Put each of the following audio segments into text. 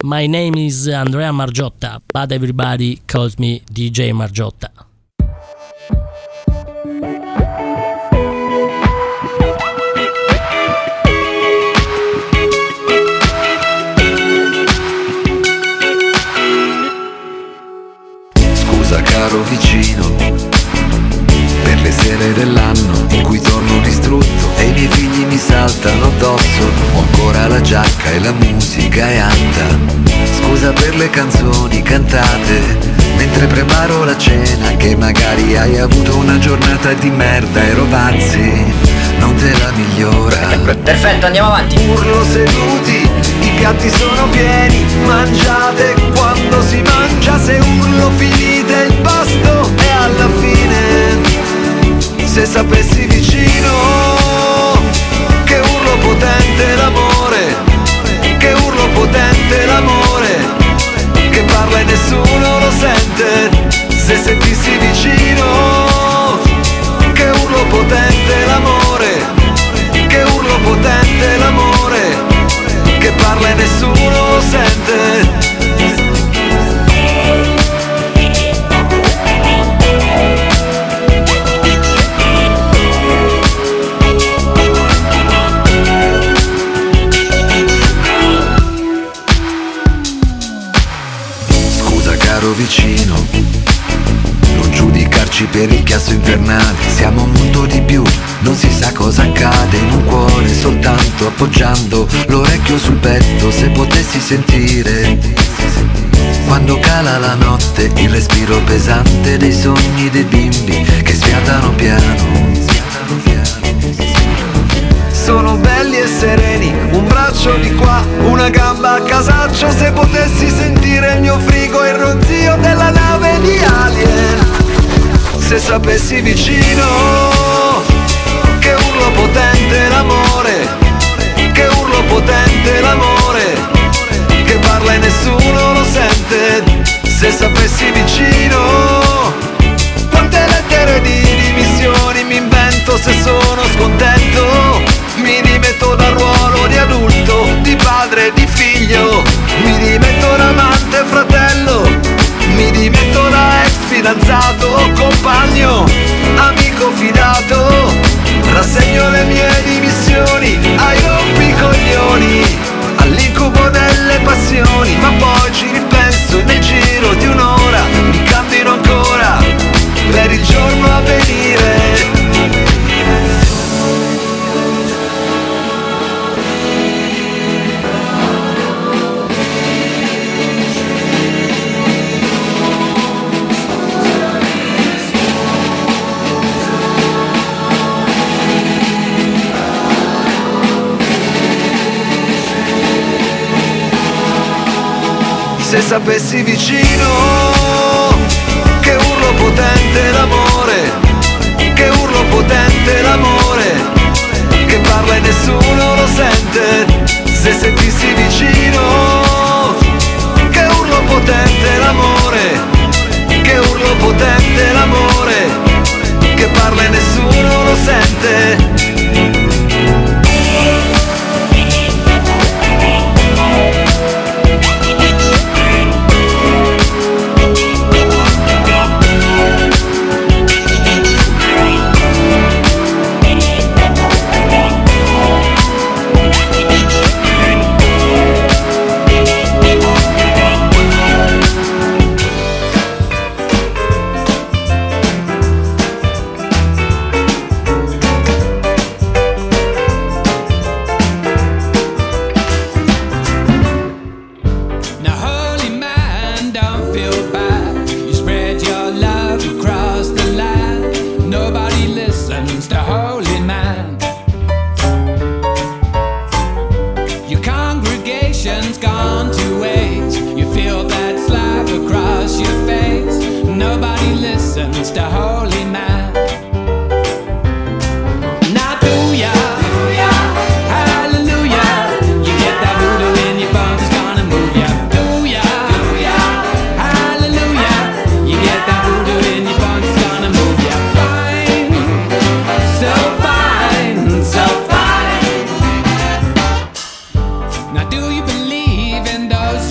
My name is Andrea Margiotta, but everybody calls me DJ Margiotta. Scusa caro vicino, per le sere dell'anno in cui torno distrutto e i miei figli mi saltano addosso, ho ancora la giacca e la musica è alta. Scusa per le canzoni cantate mentre preparo la cena, che magari hai avuto una giornata di merda e rovazzi non te la migliora. Perfetto, andiamo avanti. Urlo seduti, i piatti sono pieni, mangiate quando si mangia, se urlo finite il pasto e alla fine, se sapessi vicino, che urlo potente l'amore, che urlo potente l'amore, che parla e nessuno lo sente, se sentissi vicino, che urlo potente l'amore, che urlo potente l'amore, che parla e nessuno lo sente. Caro vicino, non giudicarci per il chiasso invernale, siamo un mondo di più, non si sa cosa accade in un cuore soltanto appoggiando l'orecchio sul petto, se potessi sentire quando cala la notte il respiro pesante dei sogni dei bimbi che sfiatano piano. Sono belli e sereni, un braccio di qua, una gamba a casaccio, se potessi sentire il mio frigo e il ronzio della nave di Alien, se sapessi vicino, che urlo potente l'amore, che urlo potente l'amore, che parla e nessuno lo sente, se sapessi vicino, quante lettere di dimissioni mi invento se sono scontento. Mi dimetto dal ruolo di adulto, di padre, di figlio, mi dimetto da amante, fratello, mi dimetto da ex fidanzato, compagno, amico fidato, rassegno le mie dimissioni ai rompicoglioni, all'incubo delle passioni, ma poi ci ripenso e nel giro di un'ora mi candino ancora per il giorno a venire. Se sapessi vicino, che urlo potente l'amore, che urlo potente l'amore, che parla e nessuno lo sente, se sentissi vicino, che urlo potente l'amore, che urlo potente l'amore, che parla e nessuno lo sente.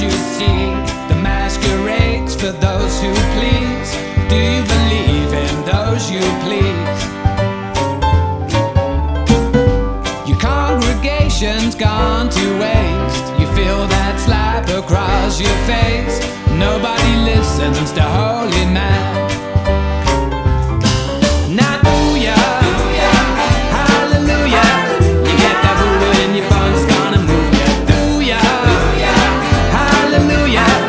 you see the masquerades for those who please. Do you believe in those you please? Your congregation's gone to waste. You feel that slap across your face. Nobody listens to holy man. Not booyah, hallelujah. You get that voodoo in your bones, it's gonna move ya. Booyah, hallelujah.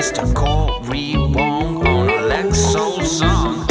Mr. Corey Wong on a Lexo song.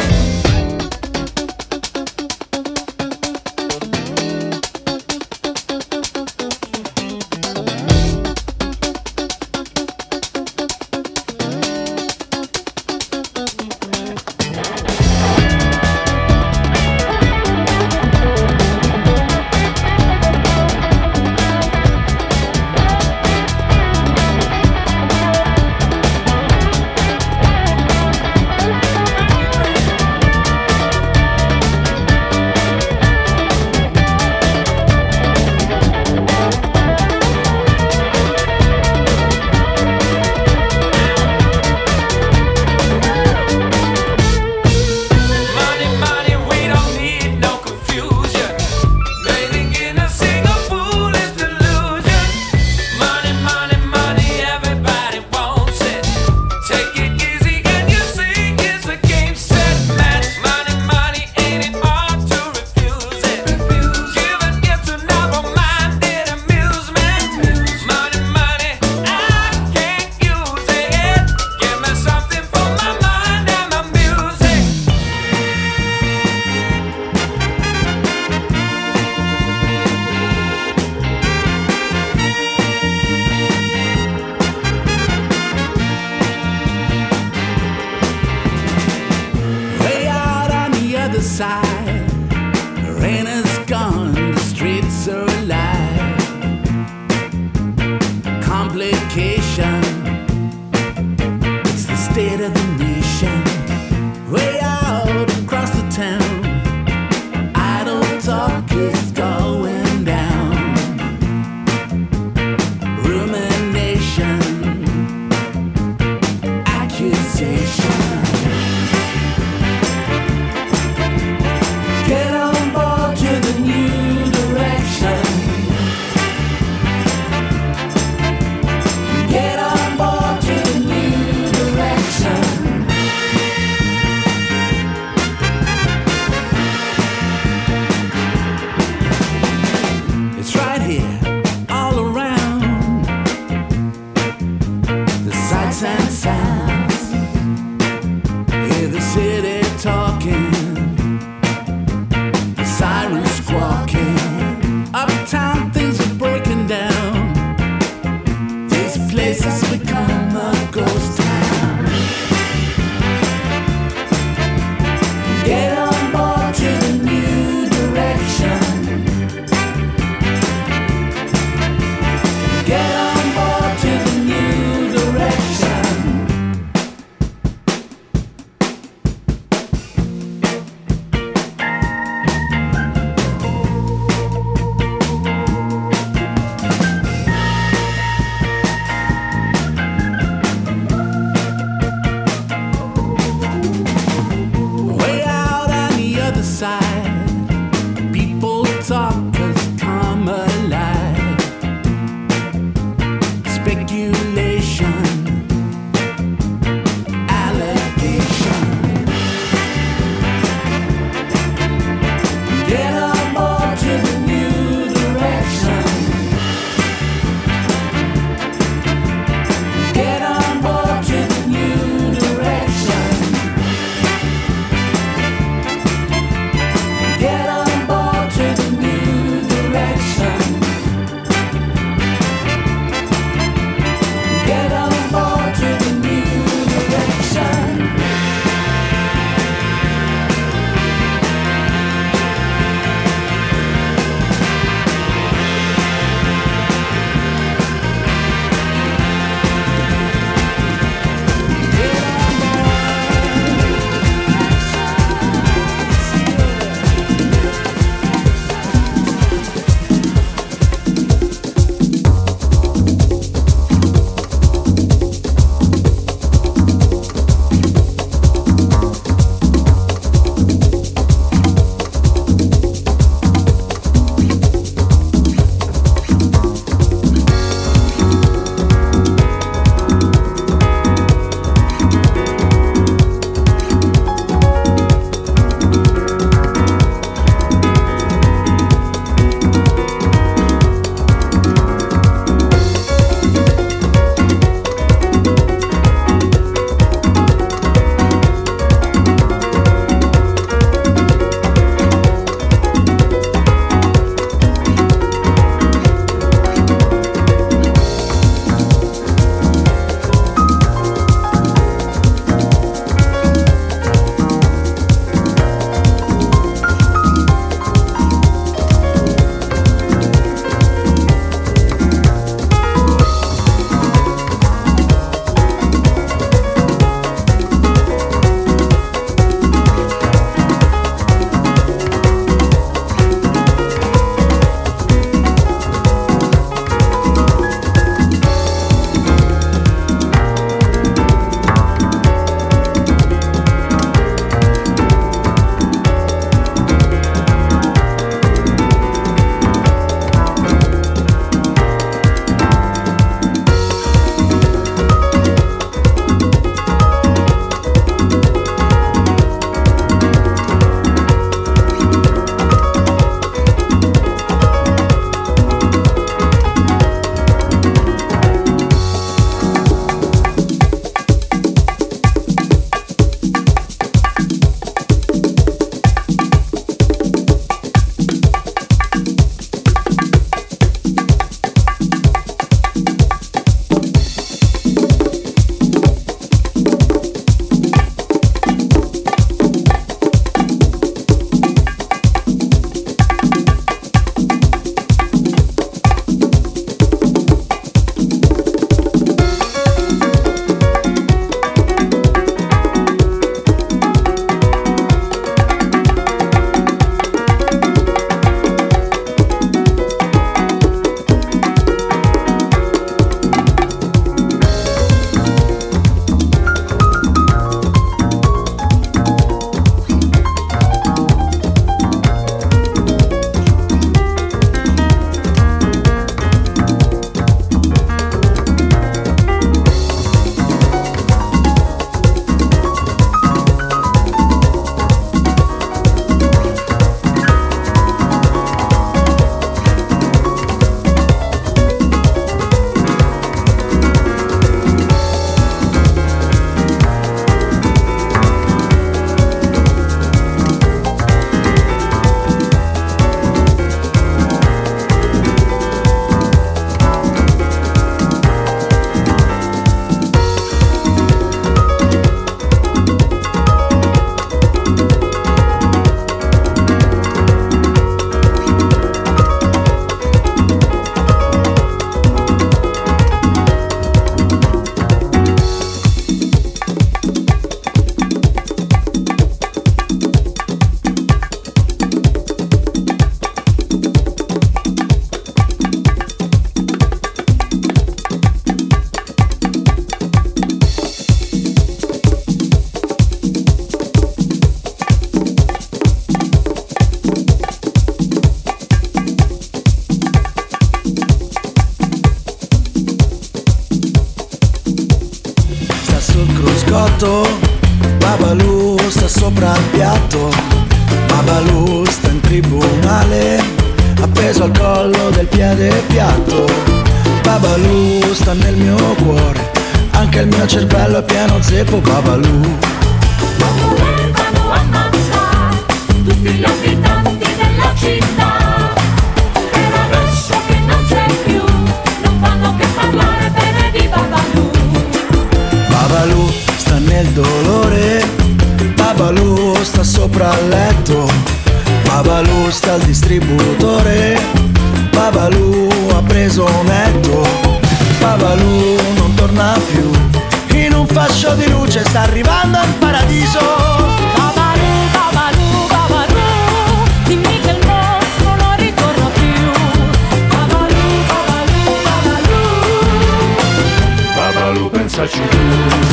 tatuato, Babalu sta sopra il piatto, Babalu sta in tribunale, appeso al collo del piede piatto. Babalu sta nel mio cuore, anche il mio cervello è pieno zeppo. Babalu. Lo volevano ammazzare tutti gli abitanti della città, però adesso che non c'è più non fanno che parlare bene di Babalu. Babalu sta nel dolore, Babalu sta sopra il letto, Babalu sta al distributore, Babalu ha preso un netto, Babalu non torna più, in un fascio di luce sta arrivando al paradiso. Babalu, Babalu, Babalu, dimmi che il mostro non ritorna più. Babalu, Babalu, Babalu, Babalu, pensaci tu.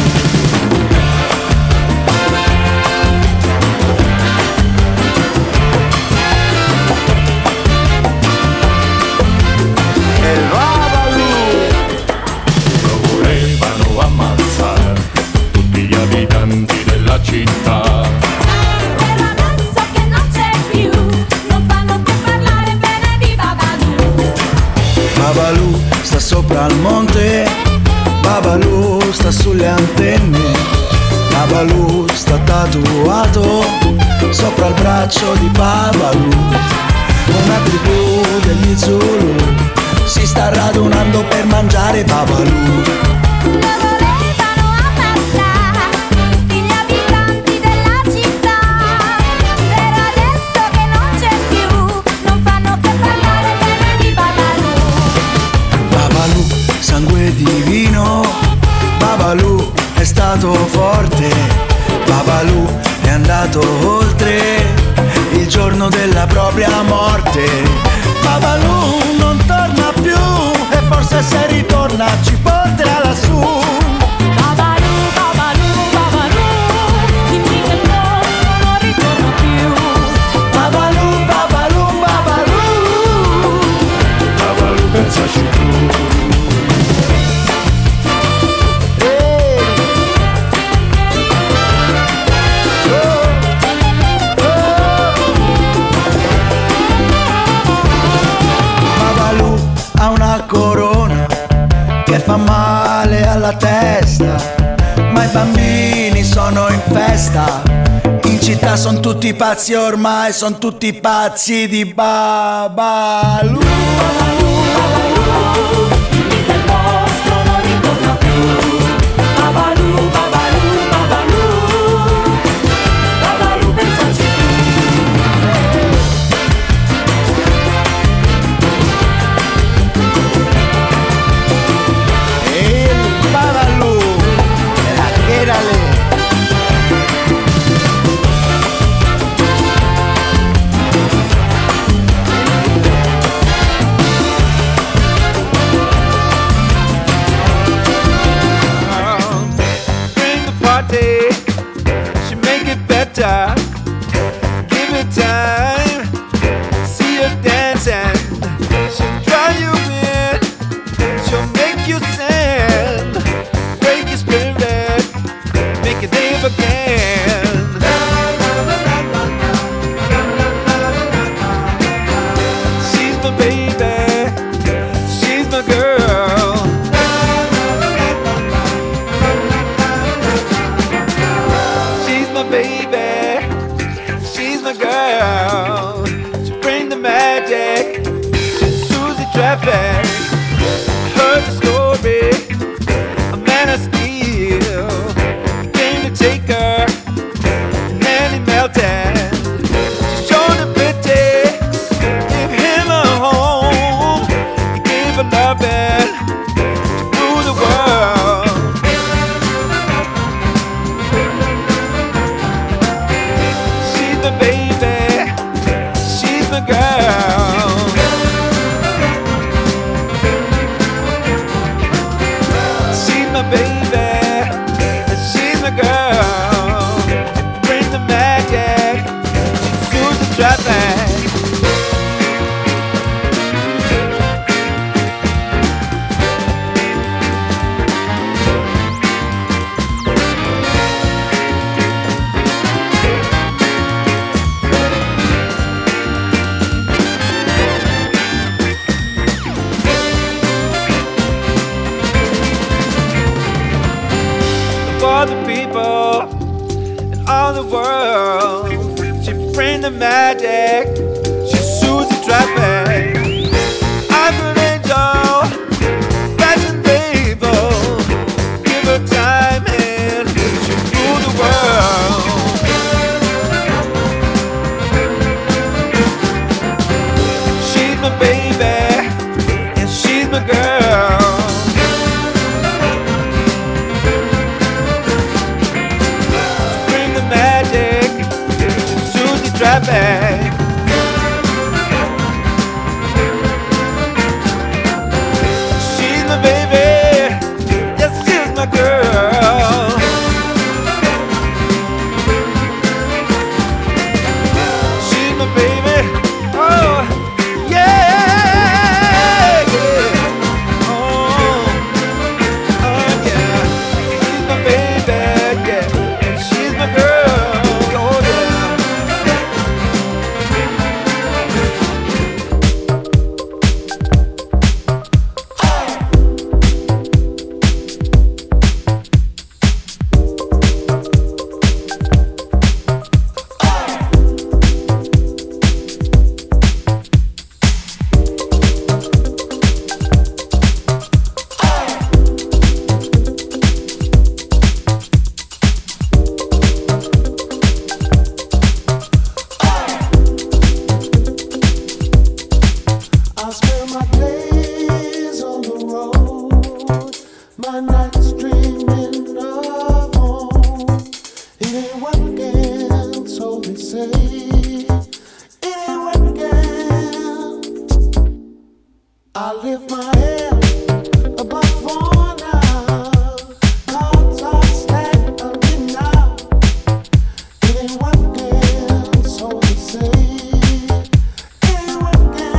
Città. però adesso che non c'è più non fanno che parlare bene di Babalu. Babalu sta sopra il monte, Babalu sta sulle antenne, Babalu sta tatuato sopra il braccio di Babalu. Una tribù degli Zulu si sta radunando per mangiare Babalu. Sangue divino, Babalu è stato forte, Babalu è andato oltre il giorno della propria morte. Babalu non torna più e forse se ritorna ci porterà lassù. Babalu, Babalu, Babalu, dimmi che il mostro non ritorna più. Babalu, Babalu, Babalu, Babalu, pensaci tu. Ha una corona che fa male alla testa, ma i bambini sono in festa. In città son tutti pazzi ormai, son tutti pazzi di Babalu. Dimmi che il mostro non ritorna più. Babalu, Babalu, Babalu, Babalu, pensaci tu. El Babalu, quédale. Bring the party, should make it better. Give it time, see you dancing. She'll draw you in, she'll make you sing. Break your spirit, make it live again. She's my baby, she's my girl. She's my baby, she's my girl. She bring the magic, she's Susie Traffic. Heard the story, a man of steel. He came to take her, and then he melted. She's shown a pity, give him a home. He gave her loving to rule the world. She's my baby, she's my girl. the magic. She soothes the traffic. I'm an angel, fashion label. Give her time and she'll rule the world. She's my baby and she's my girl. Bring the magic, she soothes the traffic. She's my baby, yes, she's my girl. She's my baby, oh, yeah, yeah. Oh, yeah. She's my baby, yeah, and she's my girl, oh, yeah. I spend my days on the road, my nights dreaming of home. It ain't working, so they say. It ain't working. I lift my head above for now. Cards are stacked up and out. It ain't working, so they say. It ain't working.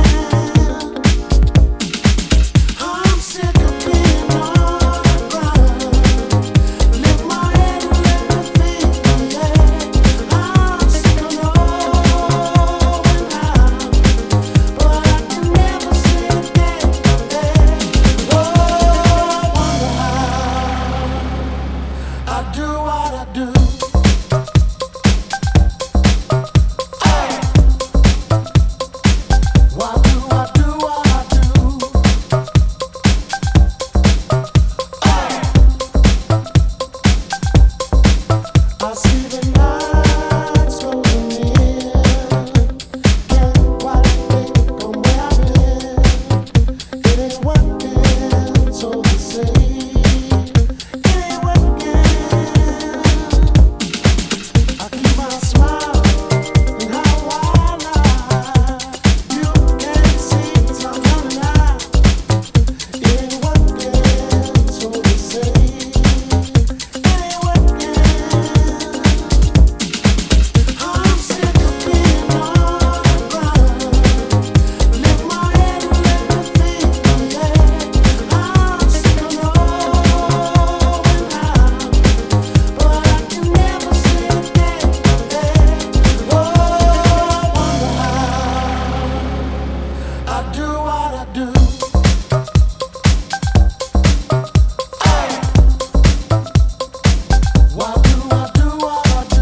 I'm sick of being on the ground. Lift my head and let me feel it. I'm sick of knowing now, but I can never say again. Oh, I wonder how I do what I do. Why do I do what I do? I see the nights closing in. Can't quite think on where I've been. It ain't working, so they say. It ain't working. I keep my smile and how I lie. You can't see 'cause I'm running out. It ain't working, so they say. It ain't working. I'm sick of being on the ground. Lift my head and let me feel it. I'm sick of knowing now, but I can never say again. Oh, I wonder how I do what I do. Why do I do what I do?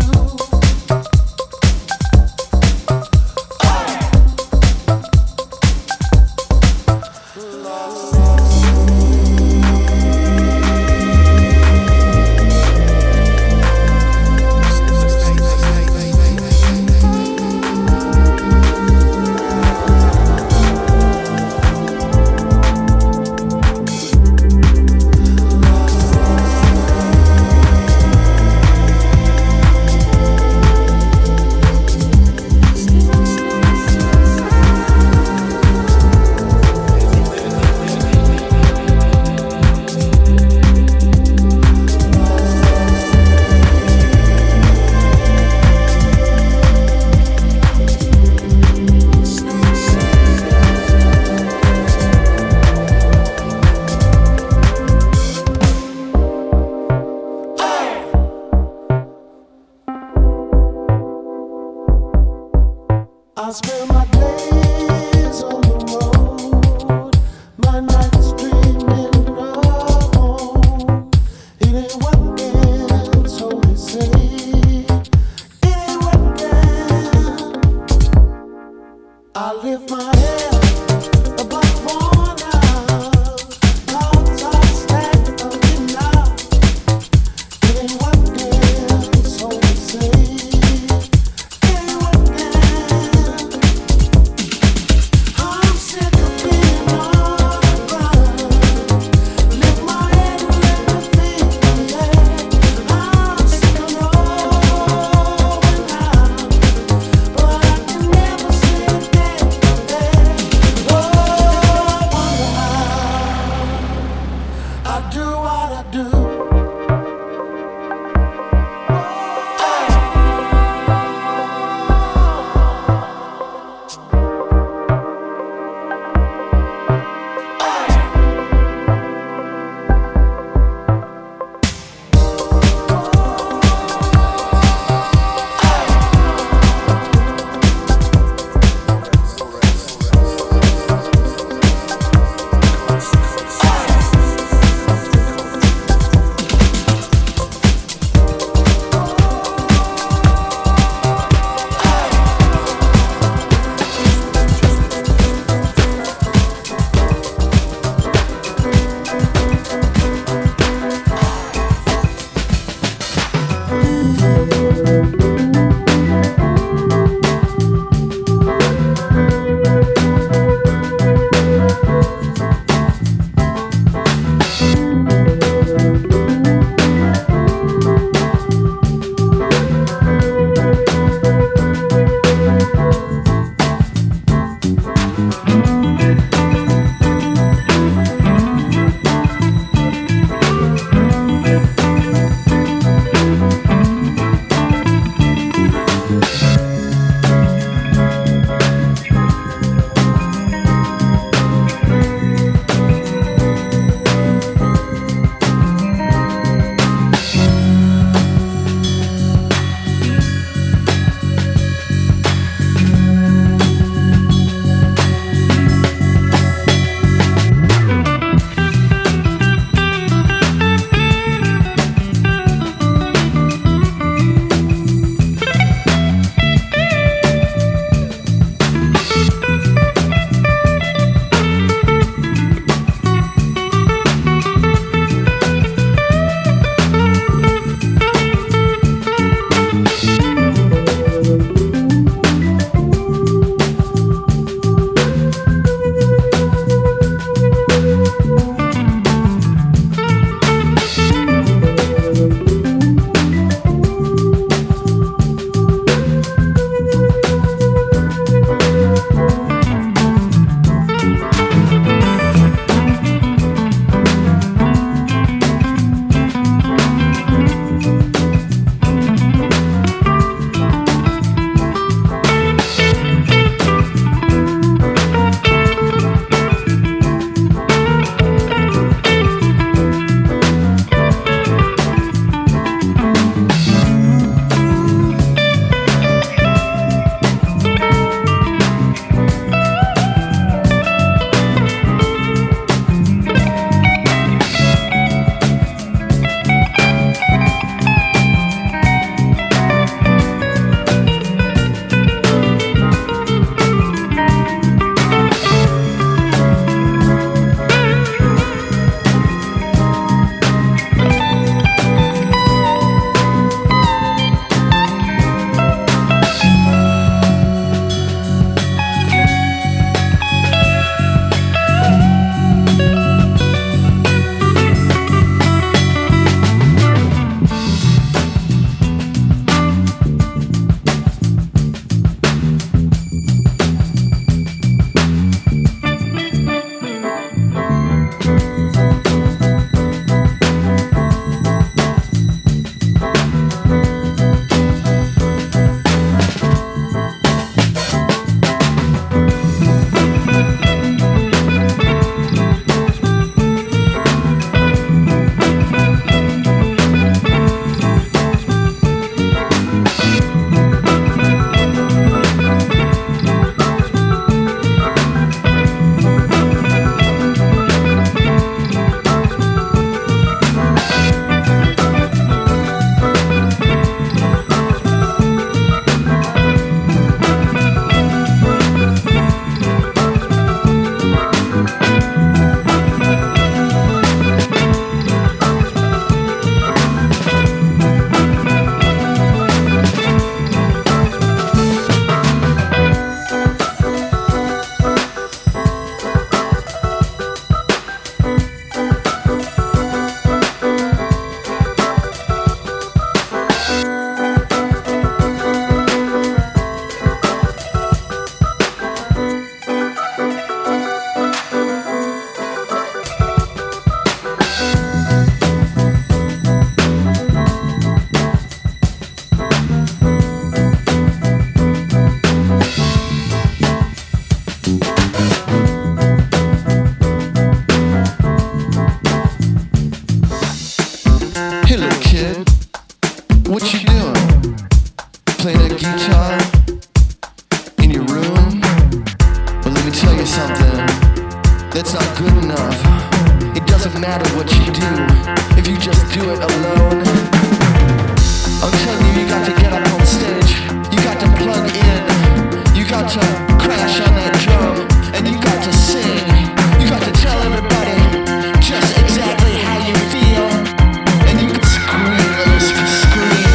that's not good enough. It doesn't matter what you do if you just do it alone. I'm telling you, you got to get up on stage, you got to plug in, you got to crash on that drum, and you got to sing. You got to tell everybody just exactly how you feel, and you can scream, you can scream.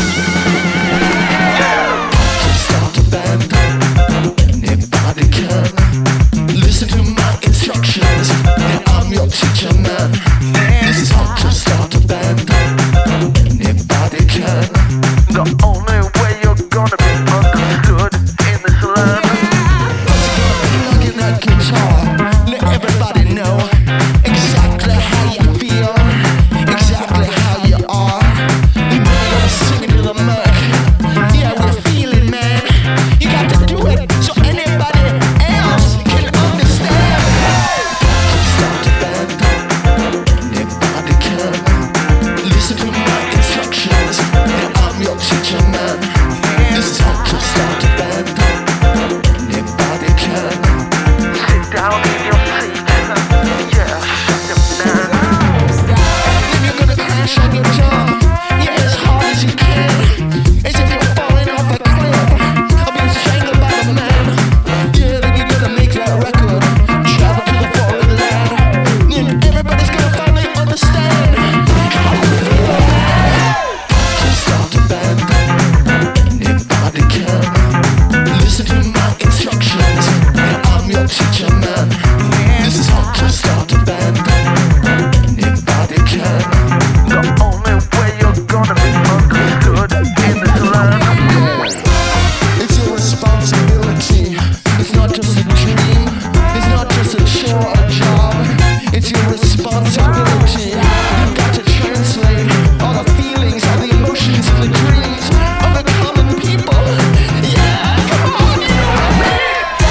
Just start a band, anybody can. Listen to my instructions, and I'm your teacher, man. This is how to start a band, anybody can. The only way you're gonna be understood in this land. Plug in that guitar, let everybody know exactly how you feel, exactly how you are. You better sing it to the mic. Yeah, we're feeling, man. You got to do it so anybody else can understand. Start a band, anybody can. Listen to my instructions, and I'm your teacher, man. This is how to start a band, anybody can. Sit down in your seat, yeah, shut them down. If you're gonna crash on your job, yeah, as hard as you can. As if you're falling off a cliff, or being strangled by the man. Yeah, then you're gonna make that record, travel to the foreign land. And everybody's gonna finally understand how you feel. Just start a band, anybody can. Listen to my instructions, and I'm your teacher, man. This is how to start a band, anybody can. The only way you're gonna be understood in this land. It's your responsibility. It's not just a dream. It's not just a chore or a job. It's your responsibility. You've got to translate all the feelings, all the emotions, and the dreams of the common people. Yeah, come on, you know what I mean?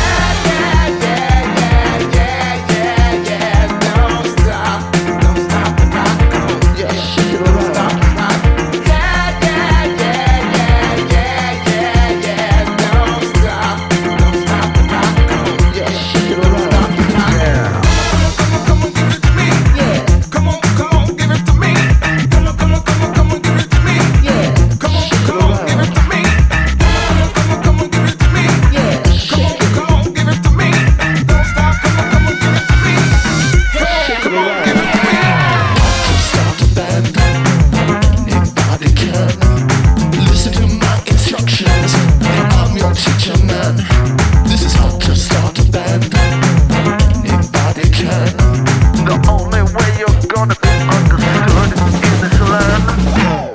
Don't stop the rock, come on. Yeah, shake it around. Yeah, shake it around. Come on, give it to me. Yeah, Come on, give it to me. Come on, give it to me. yeah, Come on, give it to me. Come on, give it to me. yeah, shake it. Come on, give it to me. Don't stop, come on, give it to me. Come on, give it to me. Start a band, anybody can. Listen to my instructions, and I'm your teacher, man. This is how to start a band, anybody can. The only way you're gonna be understood in this land.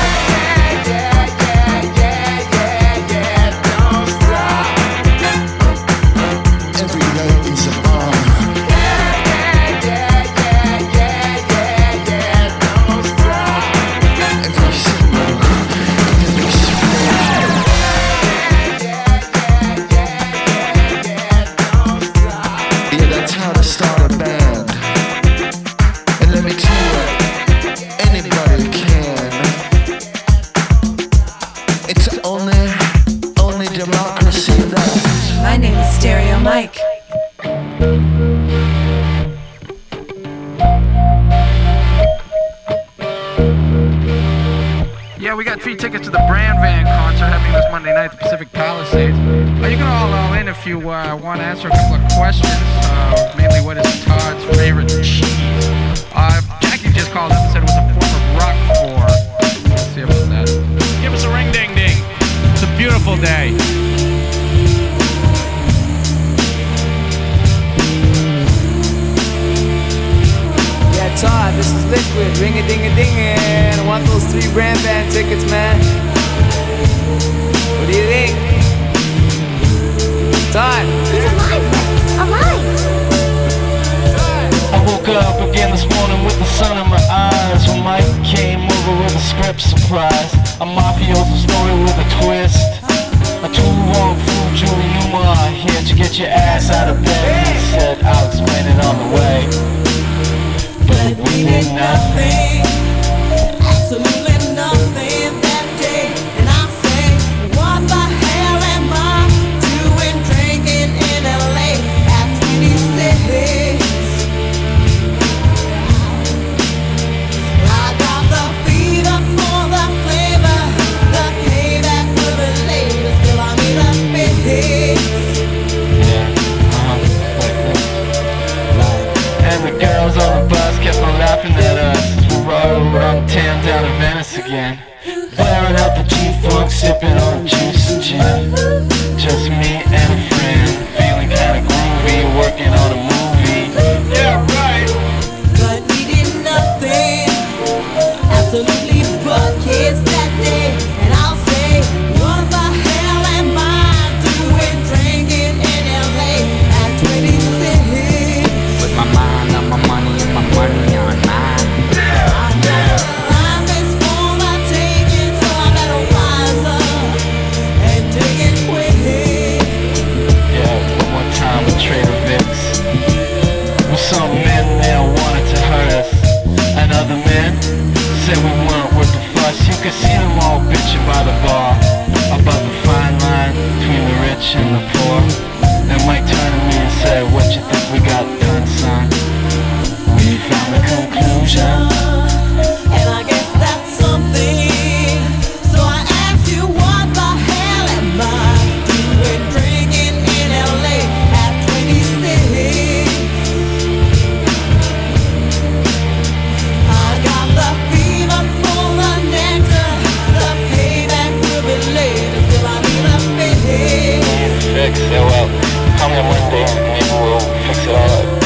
Every day is a bomb. Every single yeah, that's how to start a band. And let me tell you, anybody can. It's only democracy that. My name is Stereo Mike. Yeah, we got 3 tickets to the Brand Van concert happening this Monday night at the Pacific Palisades. You can all in if you want to answer a couple of questions. Mainly, what is Todd's favorite cheese? Jackie just called up and said it was a form of Roquefort. Let's see about that. Give us a ring ding ding. It's a beautiful day. Yeah, Todd, this is Liquid, ring-a-ding-a-dingin'. I want those 3 Brand Van tickets, man. What do you think? Todd? He's alive! Alive! I woke up again this morning with the sun in my eyes when Mike came over with a script surprise. A mafioso story with a twist. A 2-1 fool, Julie Newmar, here to get your ass out of bed. He said, I'll explain it on the way. But we did nothing, absolutely nothing that day. And I say, what the hell am I doing drinking in LA at 20 City? we got done, son. We found a conclusion. And I guess that's something. So I asked you, what the hell am I doing drinking in LA at 26? I got the fever for the nectar. The payback will be later, still I need a fix. Fix, yeah, well, call me on Monday and maybe we'll fix it all up.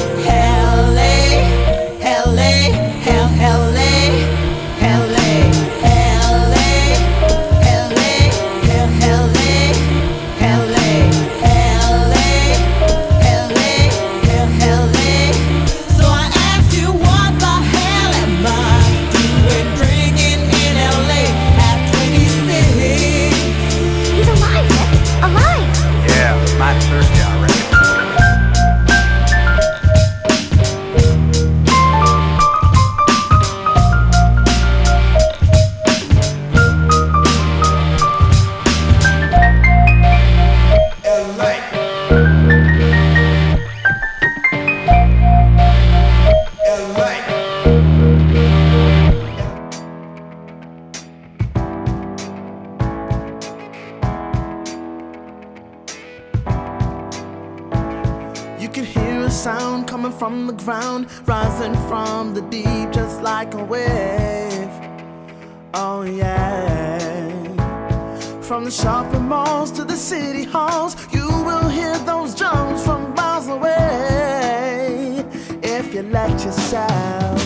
You can hear a sound coming from the ground, rising from the deep just like a wave. Oh yeah. From the shopping malls to the city halls, you will hear those drums from miles away. If you let yourself.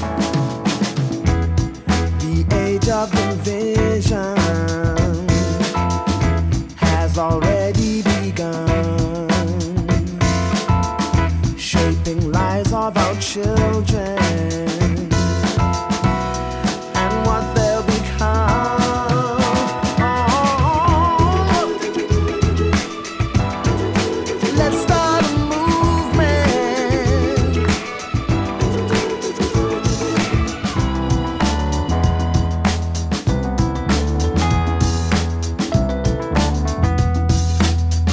The age of division has already begun, shaping lives of our children and what they'll become. Let's start a movement.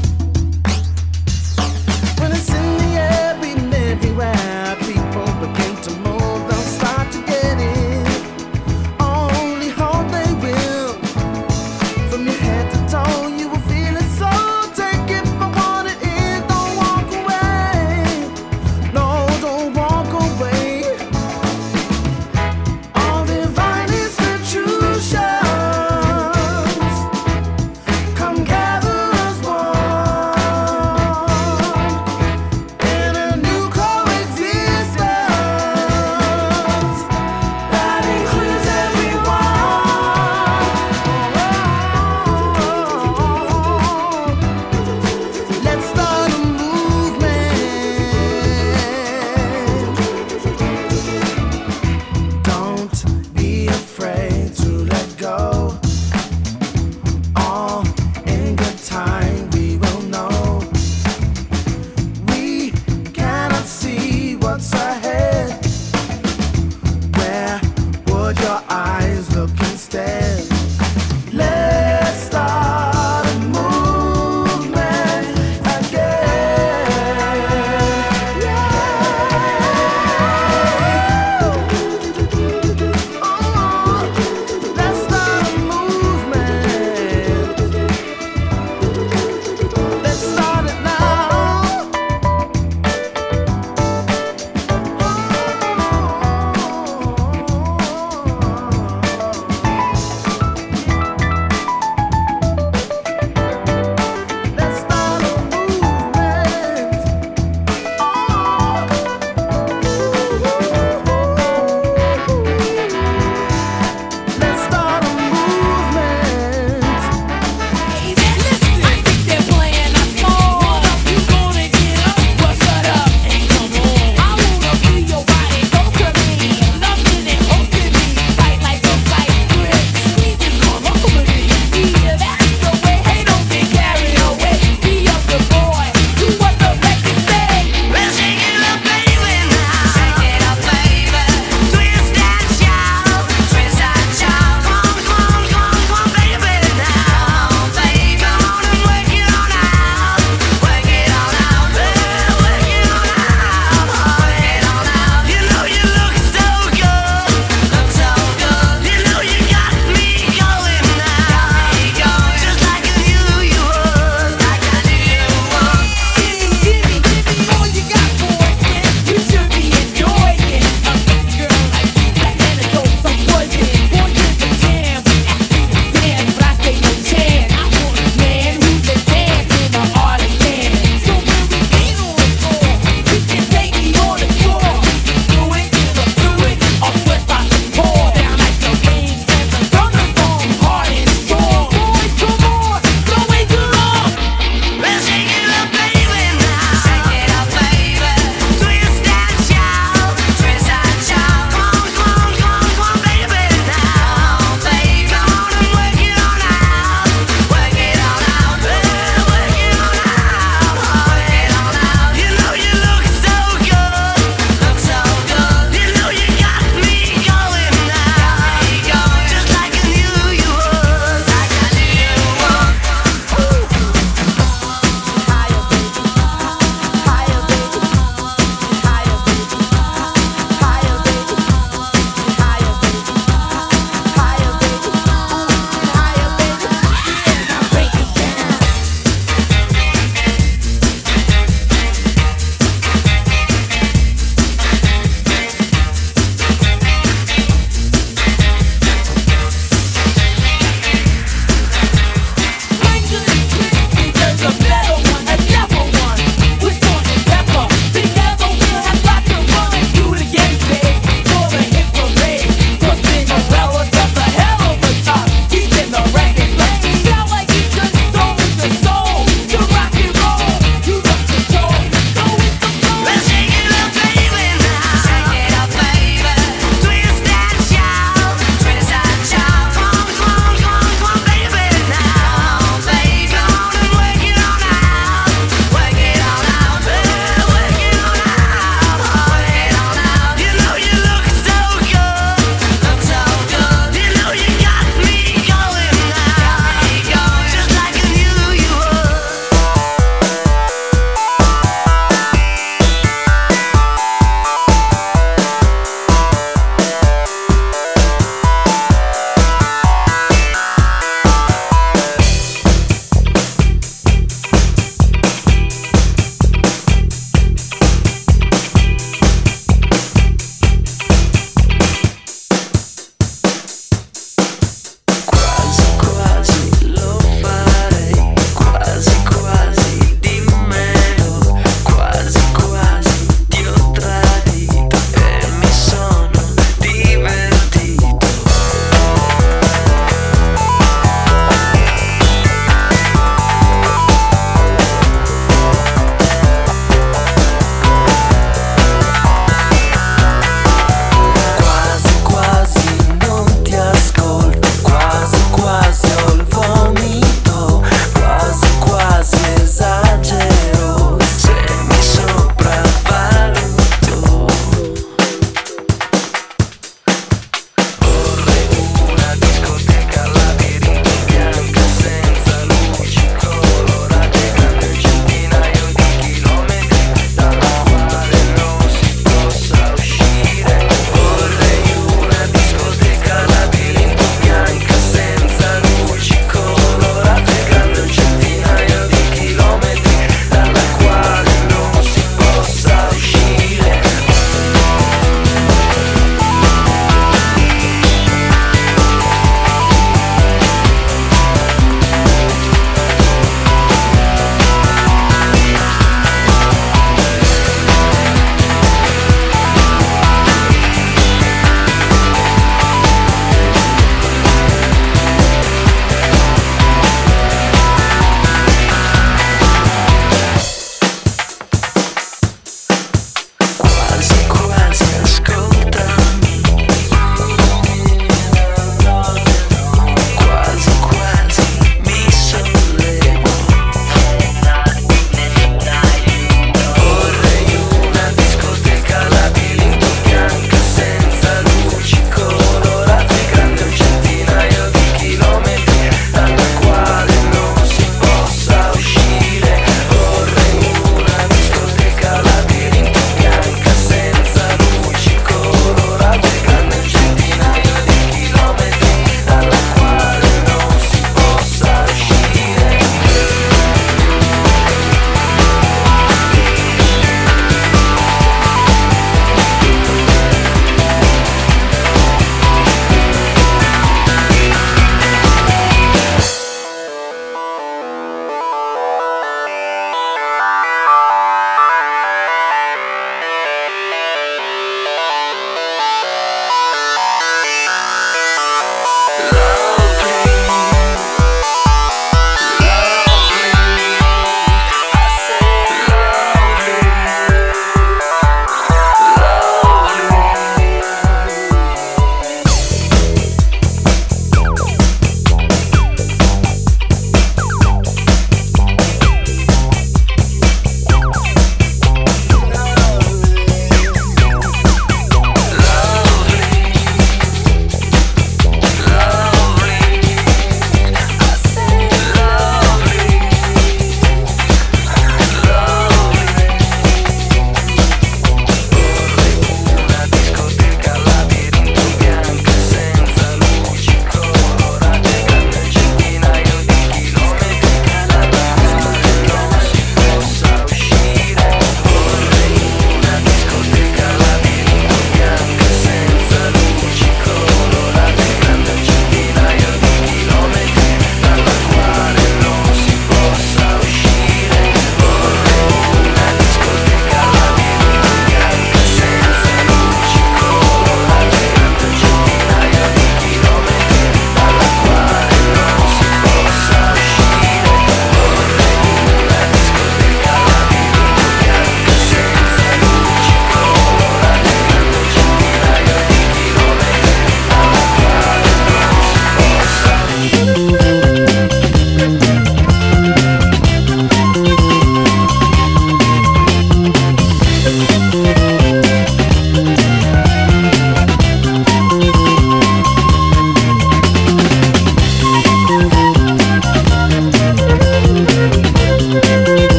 When it's in the air, beating everywhere, people begin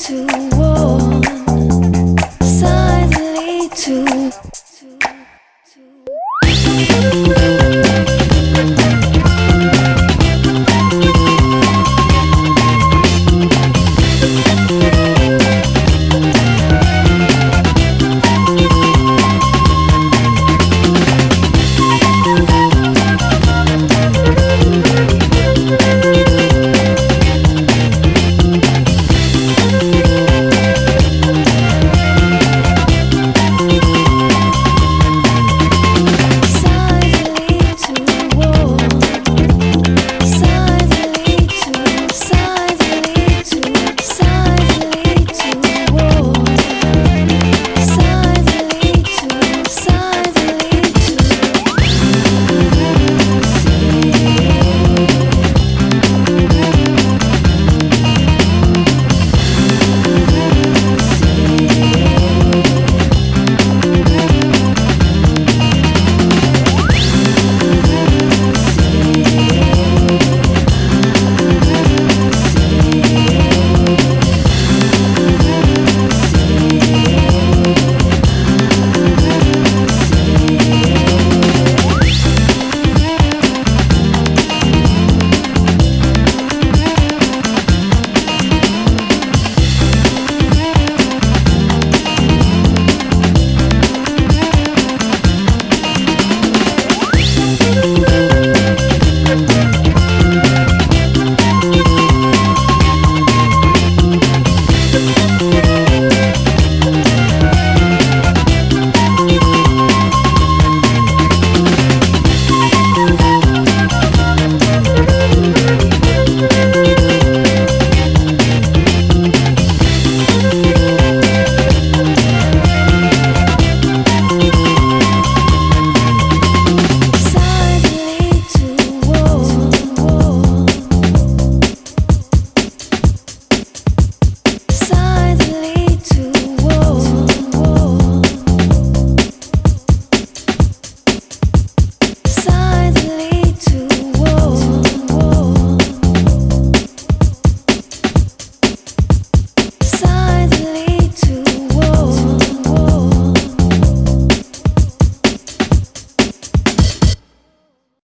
to